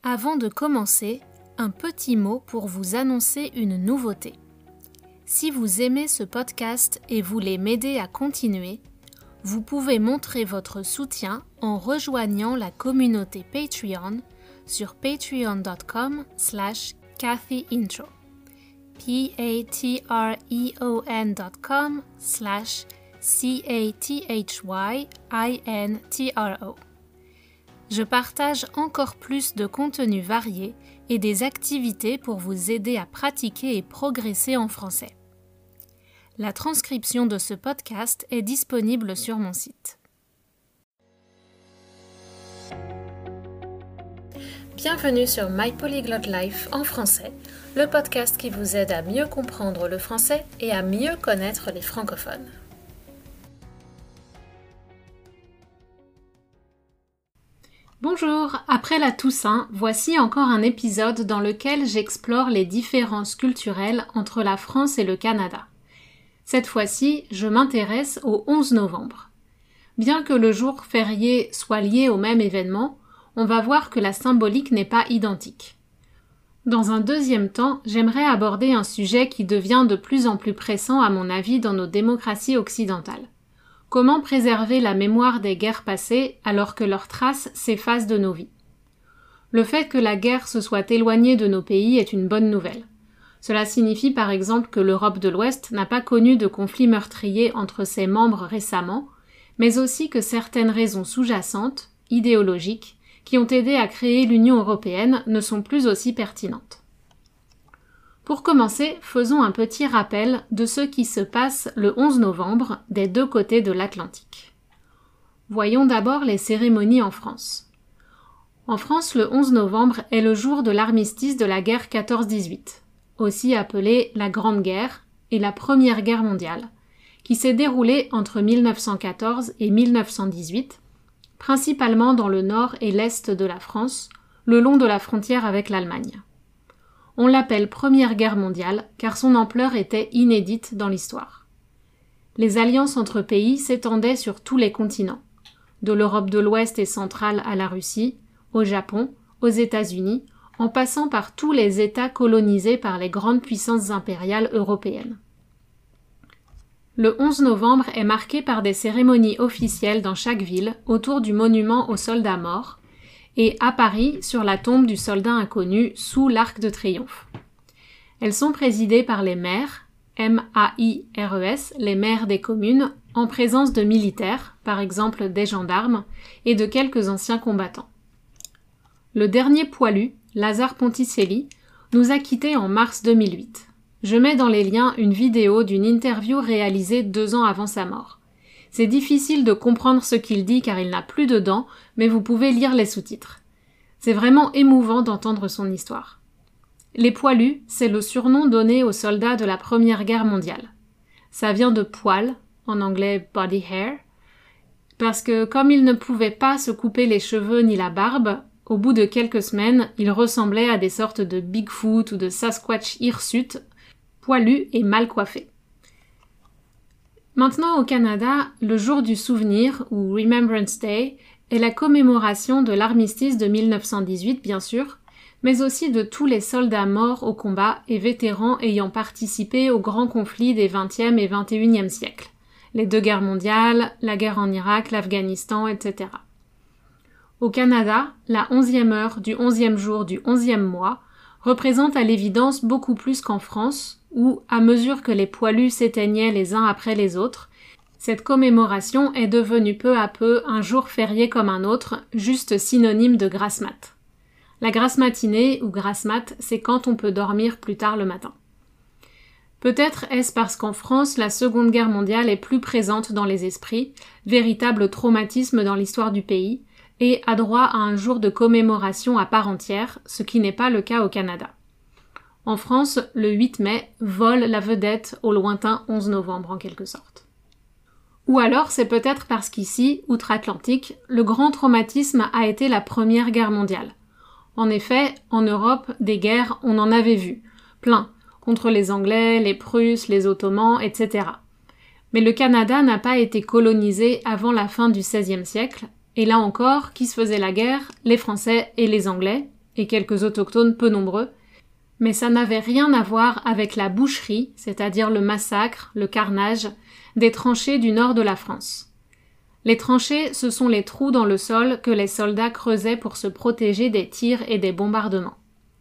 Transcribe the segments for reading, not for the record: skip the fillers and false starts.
Avant de commencer, un petit mot pour vous annoncer une nouveauté. Si vous aimez ce podcast et voulez m'aider à continuer, vous pouvez montrer votre soutien en rejoignant la communauté Patreon sur patreon.com/KathyIntro. patreon.com/CathyIntro. Je partage encore plus de contenus variés et des activités pour vous aider à pratiquer et progresser en français. La transcription de ce podcast est disponible sur mon site. Bienvenue sur My Polyglot Life en français, le podcast qui vous aide à mieux comprendre le français et à mieux connaître les francophones. Bonjour, après la Toussaint, voici encore un épisode dans lequel j'explore les différences culturelles entre la France et le Canada. Cette fois-ci, je m'intéresse au 11 novembre. Bien que le jour férié soit lié au même événement, on va voir que la symbolique n'est pas identique. Dans un deuxième temps, j'aimerais aborder un sujet qui devient de plus en plus pressant à mon avis dans nos démocraties occidentales. Comment préserver la mémoire des guerres passées alors que leurs traces s'effacent de nos vies? Le fait que la guerre se soit éloignée de nos pays est une bonne nouvelle. Cela signifie par exemple que l'Europe de l'Ouest n'a pas connu de conflits meurtriers entre ses membres récemment, mais aussi que certaines raisons sous-jacentes, idéologiques, qui ont aidé à créer l'Union européenne ne sont plus aussi pertinentes. Pour commencer, faisons un petit rappel de ce qui se passe le 11 novembre des deux côtés de l'Atlantique. Voyons d'abord les cérémonies en France. En France, le 11 novembre est le jour de l'armistice de la guerre 14-18, aussi appelée la Grande Guerre et la Première Guerre mondiale, qui s'est déroulée entre 1914 et 1918, principalement dans le nord et l'est de la France, le long de la frontière avec l'Allemagne. On l'appelle Première Guerre mondiale car son ampleur était inédite dans l'histoire. Les alliances entre pays s'étendaient sur tous les continents, de l'Europe de l'Ouest et centrale à la Russie, au Japon, aux États-Unis, en passant par tous les États colonisés par les grandes puissances impériales européennes. Le 11 novembre est marqué par des cérémonies officielles dans chaque ville autour du monument aux soldats morts, et à Paris sur la tombe du soldat inconnu sous l'Arc de Triomphe. Elles sont présidées par les maires, M-A-I-R-E-S, les maires des communes, en présence de militaires, par exemple des gendarmes, et de quelques anciens combattants. Le dernier poilu, Lazare Ponticelli, nous a quittés en mars 2008. Je mets dans les liens une vidéo d'une interview réalisée 2 ans avant sa mort. C'est difficile de comprendre ce qu'il dit car il n'a plus de dents, mais vous pouvez lire les sous-titres. C'est vraiment émouvant d'entendre son histoire. Les poilus, c'est le surnom donné aux soldats de la Première Guerre mondiale. Ça vient de poil, en anglais body hair, parce que comme ils ne pouvaient pas se couper les cheveux ni la barbe, au bout de quelques semaines, ils ressemblaient à des sortes de Bigfoot ou de Sasquatch hirsutes, poilus et mal coiffés. Maintenant au Canada, le jour du souvenir, ou Remembrance Day, est la commémoration de l'armistice de 1918 bien sûr, mais aussi de tous les soldats morts au combat et vétérans ayant participé aux grands conflits des XXe et XXIe siècles, les 2 guerres mondiales, la guerre en Irak, l'Afghanistan, etc. Au Canada, la 11e heure du 11e jour du 11e mois représente à l'évidence beaucoup plus qu'en France, où, à mesure que les poilus s'éteignaient les uns après les autres, cette commémoration est devenue peu à peu un jour férié comme un autre, juste synonyme de grasse mat. La grasse matinée ou grasse mat, c'est quand on peut dormir plus tard le matin. Peut-être est-ce parce qu'en France, la Seconde Guerre mondiale est plus présente dans les esprits, véritable traumatisme dans l'histoire du pays, et a droit à un jour de commémoration à part entière, ce qui n'est pas le cas au Canada. En France, le 8 mai vole la vedette au lointain 11 novembre en quelque sorte. Ou alors c'est peut-être parce qu'ici, outre-Atlantique, le grand traumatisme a été la Première Guerre mondiale. En effet, en Europe, des guerres, on en avait vu, plein, contre les Anglais, les Prusses, les Ottomans, etc. Mais le Canada n'a pas été colonisé avant la fin du XVIe siècle, et là encore, qui se faisait la guerre? Les Français et les Anglais, et quelques autochtones peu nombreux, mais ça n'avait rien à voir avec la boucherie, c'est-à-dire le massacre, le carnage, des tranchées du nord de la France. Les tranchées, ce sont les trous dans le sol que les soldats creusaient pour se protéger des tirs et des bombardements.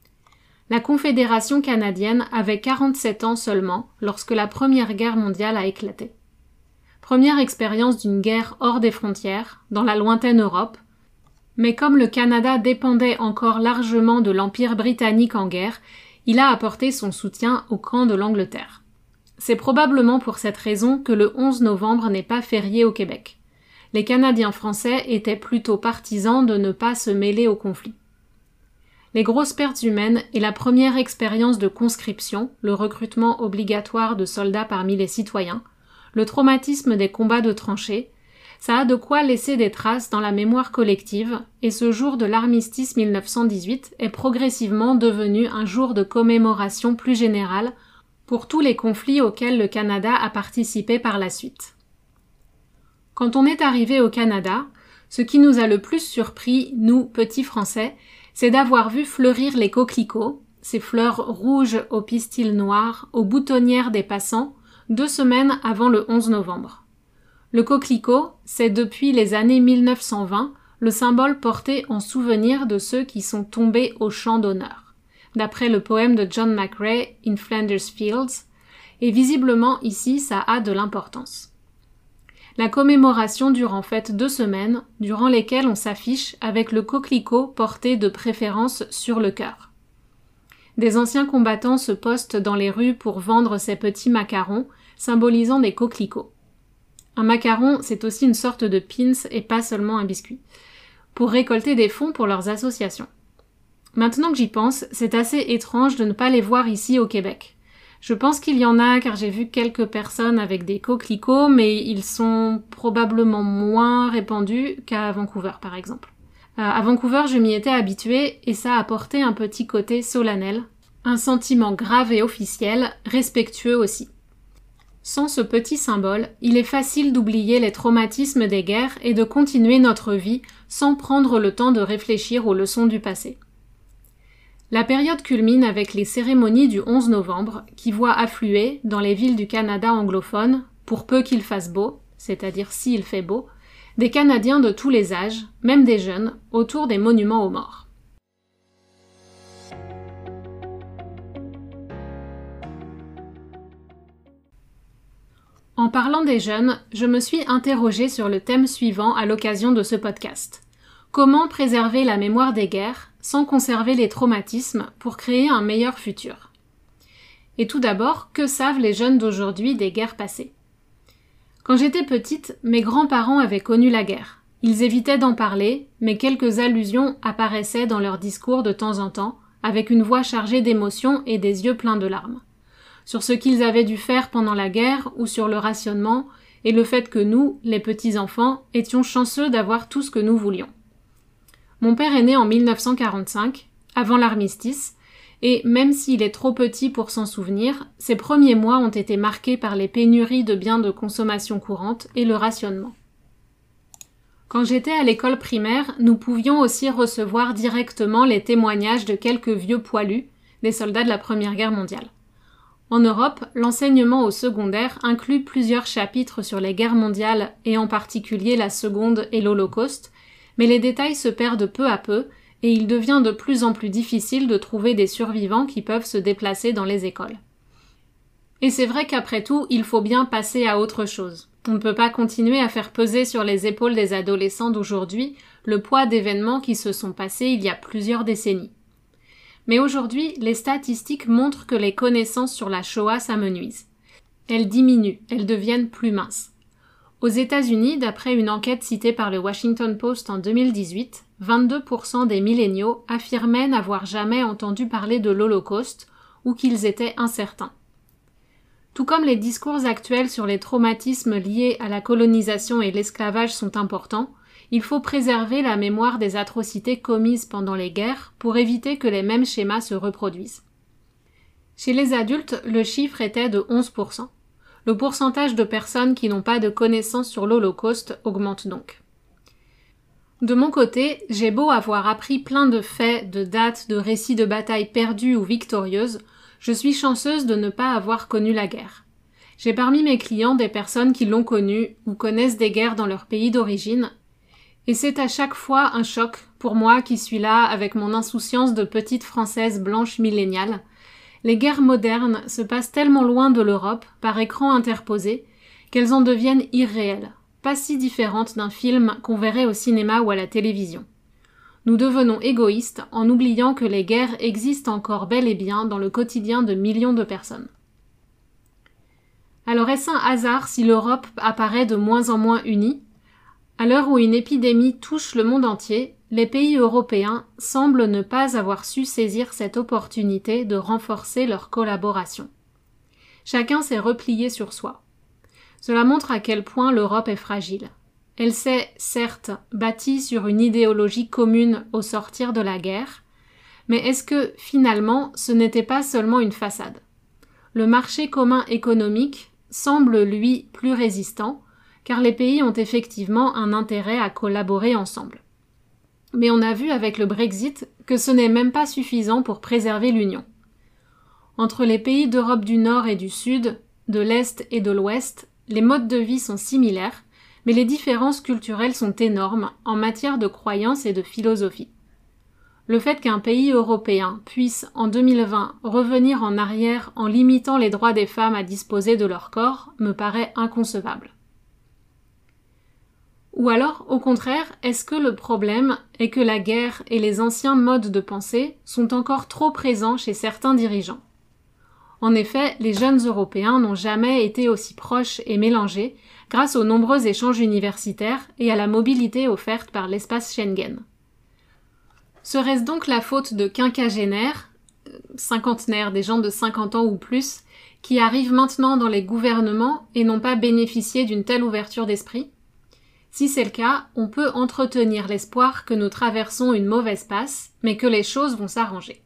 La Confédération canadienne avait 47 ans seulement lorsque la Première Guerre mondiale a éclaté. Première expérience d'une guerre hors des frontières, dans la lointaine Europe, mais comme le Canada dépendait encore largement de l'Empire britannique en guerre, il a apporté son soutien au camp de l'Angleterre. C'est probablement pour cette raison que le 11 novembre n'est pas férié au Québec. Les Canadiens français étaient plutôt partisans de ne pas se mêler au conflit. Les grosses pertes humaines et la première expérience de conscription, le recrutement obligatoire de soldats parmi les citoyens, le traumatisme des combats de tranchées, ça a de quoi laisser des traces dans la mémoire collective, et ce jour de l'armistice 1918 est progressivement devenu un jour de commémoration plus générale pour tous les conflits auxquels le Canada a participé par la suite. Quand on est arrivé au Canada, ce qui nous a le plus surpris, nous, petits Français, c'est d'avoir vu fleurir les coquelicots, ces fleurs rouges aux pistils noirs, aux boutonnières des passants, 2 semaines avant le 11 novembre. Le coquelicot, c'est depuis les années 1920 le symbole porté en souvenir de ceux qui sont tombés au champ d'honneur, d'après le poème de John McCrae, In Flanders Fields, et visiblement ici ça a de l'importance. La commémoration dure en fait 2 semaines, durant lesquelles on s'affiche avec le coquelicot porté de préférence sur le cœur. Des anciens combattants se postent dans les rues pour vendre ces petits macarons, symbolisant des coquelicots. Un macaron, c'est aussi une sorte de pins et pas seulement un biscuit, pour récolter des fonds pour leurs associations. Maintenant que j'y pense, c'est assez étrange de ne pas les voir ici au Québec. Je pense qu'il y en a car j'ai vu quelques personnes avec des coquelicots, mais ils sont probablement moins répandus qu'à Vancouver par exemple. À Vancouver, je m'y étais habituée et ça apportait un petit côté solennel, un sentiment grave et officiel, respectueux aussi. Sans ce petit symbole, il est facile d'oublier les traumatismes des guerres et de continuer notre vie sans prendre le temps de réfléchir aux leçons du passé. La période culmine avec les cérémonies du 11 novembre qui voient affluer, dans les villes du Canada anglophone, pour peu qu'il fasse beau, c'est-à-dire s'il fait beau, des Canadiens de tous les âges, même des jeunes, autour des monuments aux morts. En parlant des jeunes, je me suis interrogée sur le thème suivant à l'occasion de ce podcast. Comment préserver la mémoire des guerres sans conserver les traumatismes pour créer un meilleur futur? Et tout d'abord, que savent les jeunes d'aujourd'hui des guerres passées? Quand j'étais petite, mes grands-parents avaient connu la guerre. Ils évitaient d'en parler, mais quelques allusions apparaissaient dans leurs discours de temps en temps, avec une voix chargée d'émotions et des yeux pleins de larmes. Sur ce qu'ils avaient dû faire pendant la guerre ou sur le rationnement, et le fait que nous, les petits-enfants, étions chanceux d'avoir tout ce que nous voulions. Mon père est né en 1945, avant l'armistice, et même s'il est trop petit pour s'en souvenir, ses premiers mois ont été marqués par les pénuries de biens de consommation courante et le rationnement. Quand j'étais à l'école primaire, nous pouvions aussi recevoir directement les témoignages de quelques vieux poilus, des soldats de la Première Guerre mondiale. En Europe, l'enseignement au secondaire inclut plusieurs chapitres sur les guerres mondiales et en particulier la Seconde et l'Holocauste, mais les détails se perdent peu à peu et il devient de plus en plus difficile de trouver des survivants qui peuvent se déplacer dans les écoles. Et c'est vrai qu'après tout, il faut bien passer à autre chose. On ne peut pas continuer à faire peser sur les épaules des adolescents d'aujourd'hui le poids d'événements qui se sont passés il y a plusieurs décennies. Mais aujourd'hui, les statistiques montrent que les connaissances sur la Shoah s'amenuisent. Elles diminuent, elles deviennent plus minces. Aux États-Unis, d'après une enquête citée par le Washington Post en 2018, 22% des milléniaux affirmaient n'avoir jamais entendu parler de l'Holocauste ou qu'ils étaient incertains. Tout comme les discours actuels sur les traumatismes liés à la colonisation et l'esclavage sont importants, il faut préserver la mémoire des atrocités commises pendant les guerres pour éviter que les mêmes schémas se reproduisent. Chez les adultes, le chiffre était de 11%. Le pourcentage de personnes qui n'ont pas de connaissances sur l'Holocauste augmente donc. De mon côté, j'ai beau avoir appris plein de faits, de dates, de récits de batailles perdues ou victorieuses, je suis chanceuse de ne pas avoir connu la guerre. J'ai parmi mes clients des personnes qui l'ont connue ou connaissent des guerres dans leur pays d'origine, et c'est à chaque fois un choc pour moi qui suis là avec mon insouciance de petite Française blanche milléniale. Les guerres modernes se passent tellement loin de l'Europe, par écran interposé, qu'elles en deviennent irréelles, pas si différentes d'un film qu'on verrait au cinéma ou à la télévision. Nous devenons égoïstes en oubliant que les guerres existent encore bel et bien dans le quotidien de millions de personnes. Alors est-ce un hasard si l'Europe apparaît de moins en moins unie ? À l'heure où une épidémie touche le monde entier, les pays européens semblent ne pas avoir su saisir cette opportunité de renforcer leur collaboration. Chacun s'est replié sur soi. Cela montre à quel point l'Europe est fragile. Elle s'est, certes, bâtie sur une idéologie commune au sortir de la guerre, mais est-ce que, finalement, ce n'était pas seulement une façade ? Le marché commun économique semble, lui, plus résistant, car les pays ont effectivement un intérêt à collaborer ensemble. Mais on a vu avec le Brexit que ce n'est même pas suffisant pour préserver l'Union. Entre les pays d'Europe du Nord et du Sud, de l'Est et de l'Ouest, les modes de vie sont similaires, mais les différences culturelles sont énormes en matière de croyances et de philosophie. Le fait qu'un pays européen puisse, en 2020, revenir en arrière en limitant les droits des femmes à disposer de leur corps me paraît inconcevable. Ou alors, au contraire, est-ce que le problème est que la guerre et les anciens modes de pensée sont encore trop présents chez certains dirigeants ? En effet, les jeunes Européens n'ont jamais été aussi proches et mélangés grâce aux nombreux échanges universitaires et à la mobilité offerte par l'espace Schengen. Serait-ce donc la faute de quinquagénaires, cinquantenaires, des gens de 50 ans ou plus, qui arrivent maintenant dans les gouvernements et n'ont pas bénéficié d'une telle ouverture d'esprit ? Si c'est le cas, on peut entretenir l'espoir que nous traversons une mauvaise passe, mais que les choses vont s'arranger.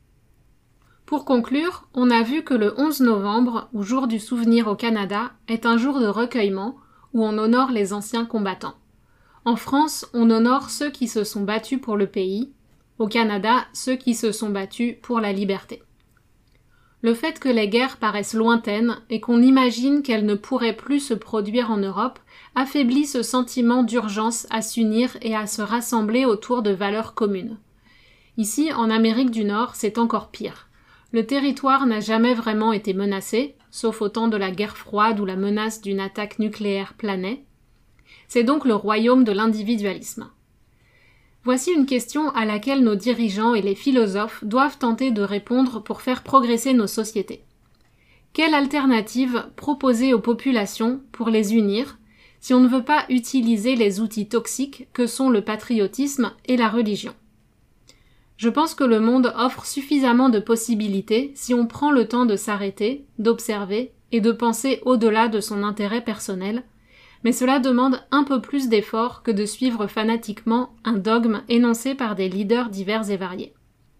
Pour conclure, on a vu que le 11 novembre, ou jour du souvenir au Canada, est un jour de recueillement où on honore les anciens combattants. En France, on honore ceux qui se sont battus pour le pays, au Canada, ceux qui se sont battus pour la liberté. Le fait que les guerres paraissent lointaines et qu'on imagine qu'elles ne pourraient plus se produire en Europe affaiblit ce sentiment d'urgence à s'unir et à se rassembler autour de valeurs communes. Ici, en Amérique du Nord, c'est encore pire. Le territoire n'a jamais vraiment été menacé, sauf au temps de la guerre froide où la menace d'une attaque nucléaire planait. C'est donc le royaume de l'individualisme. Voici une question à laquelle nos dirigeants et les philosophes doivent tenter de répondre pour faire progresser nos sociétés. Quelle alternative proposer aux populations pour les unir si on ne veut pas utiliser les outils toxiques que sont le patriotisme et la religion ? Je pense que le monde offre suffisamment de possibilités si on prend le temps de s'arrêter, d'observer et de penser au-delà de son intérêt personnel, mais cela demande un peu plus d'efforts que de suivre fanatiquement un dogme énoncé par des leaders divers et variés.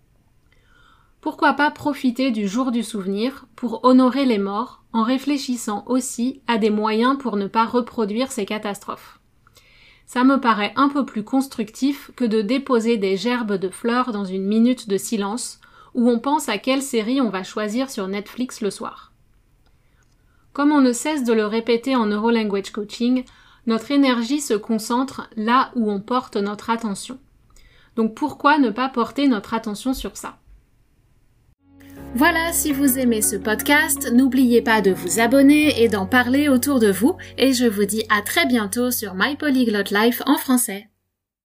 Pourquoi pas profiter du jour du souvenir pour honorer les morts en réfléchissant aussi à des moyens pour ne pas reproduire ces catastrophes. Ça me paraît un peu plus constructif que de déposer des gerbes de fleurs dans une minute de silence où on pense à quelle série on va choisir sur Netflix le soir. Comme on ne cesse de le répéter en Neurolanguage Coaching, notre énergie se concentre là où on porte notre attention. Donc pourquoi ne pas porter notre attention sur ça ? Voilà, si vous aimez ce podcast, n'oubliez pas de vous abonner et d'en parler autour de vous, et je vous dis à très bientôt sur My Polyglot Life en français.